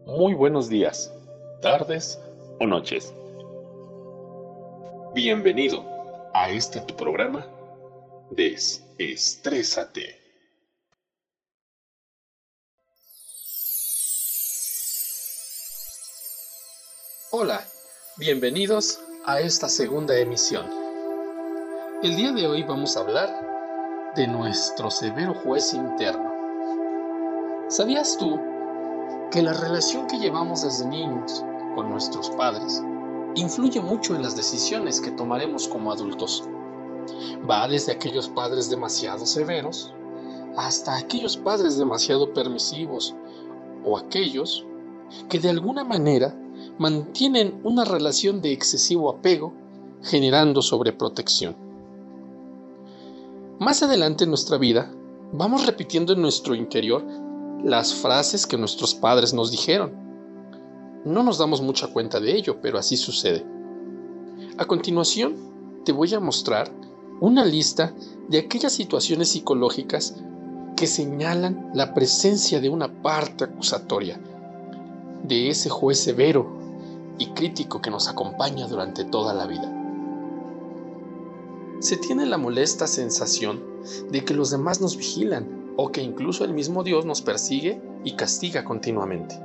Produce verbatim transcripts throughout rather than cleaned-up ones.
Muy buenos días, tardes o noches. Bienvenido a este tu programa Desestrésate. Hola, bienvenidos a esta segunda emisión. El día de hoy vamos a hablar de nuestro severo juez interno. ¿Sabías tú que la relación que llevamos desde niños con nuestros padres influye mucho en las decisiones que tomaremos como adultos? Va desde aquellos padres demasiado severos hasta aquellos padres demasiado permisivos o aquellos que de alguna manera mantienen una relación de excesivo apego, generando sobreprotección. Más adelante en nuestra vida, vamos repitiendo en nuestro interior las frases que nuestros padres nos dijeron. No nos damos mucha cuenta de ello, pero así sucede. A continuación, te voy a mostrar una lista de aquellas situaciones psicológicas que señalan la presencia de una parte acusatoria, de ese juez severo y crítico que nos acompaña durante toda la vida. Se tiene la molesta sensación de que los demás nos vigilan o que incluso el mismo Dios nos persigue y castiga continuamente.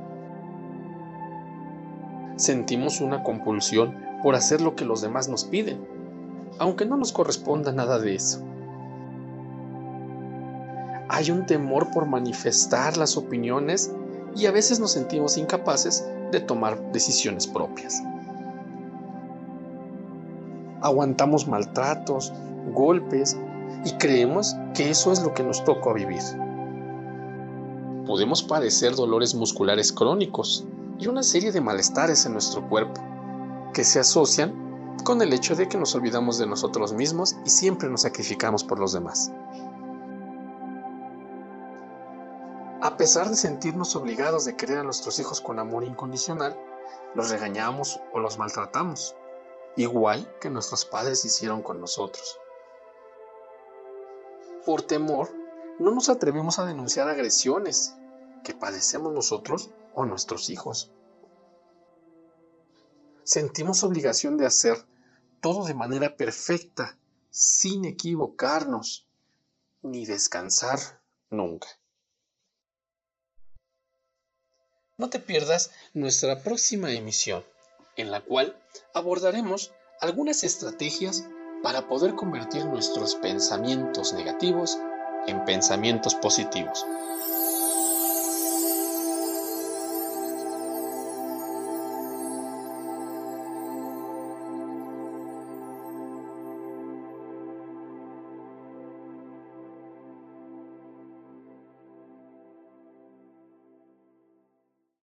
Sentimos una compulsión por hacer lo que los demás nos piden, aunque no nos corresponda nada de eso. Hay un temor por manifestar las opiniones y a veces nos sentimos incapaces de tomar decisiones propias. Aguantamos maltratos, golpes y creemos que eso es lo que nos tocó vivir. Podemos padecer dolores musculares crónicos y una serie de malestares en nuestro cuerpo que se asocian con el hecho de que nos olvidamos de nosotros mismos y siempre nos sacrificamos por los demás. A pesar de sentirnos obligados de querer a nuestros hijos con amor incondicional, los regañamos o los maltratamos, igual que nuestros padres hicieron con nosotros. Por temor, no nos atrevemos a denunciar agresiones que padecemos nosotros o nuestros hijos. Sentimos obligación de hacer todo de manera perfecta, sin equivocarnos, ni descansar nunca. No te pierdas nuestra próxima emisión, en la cual abordaremos algunas estrategias para poder convertir nuestros pensamientos negativos en pensamientos positivos.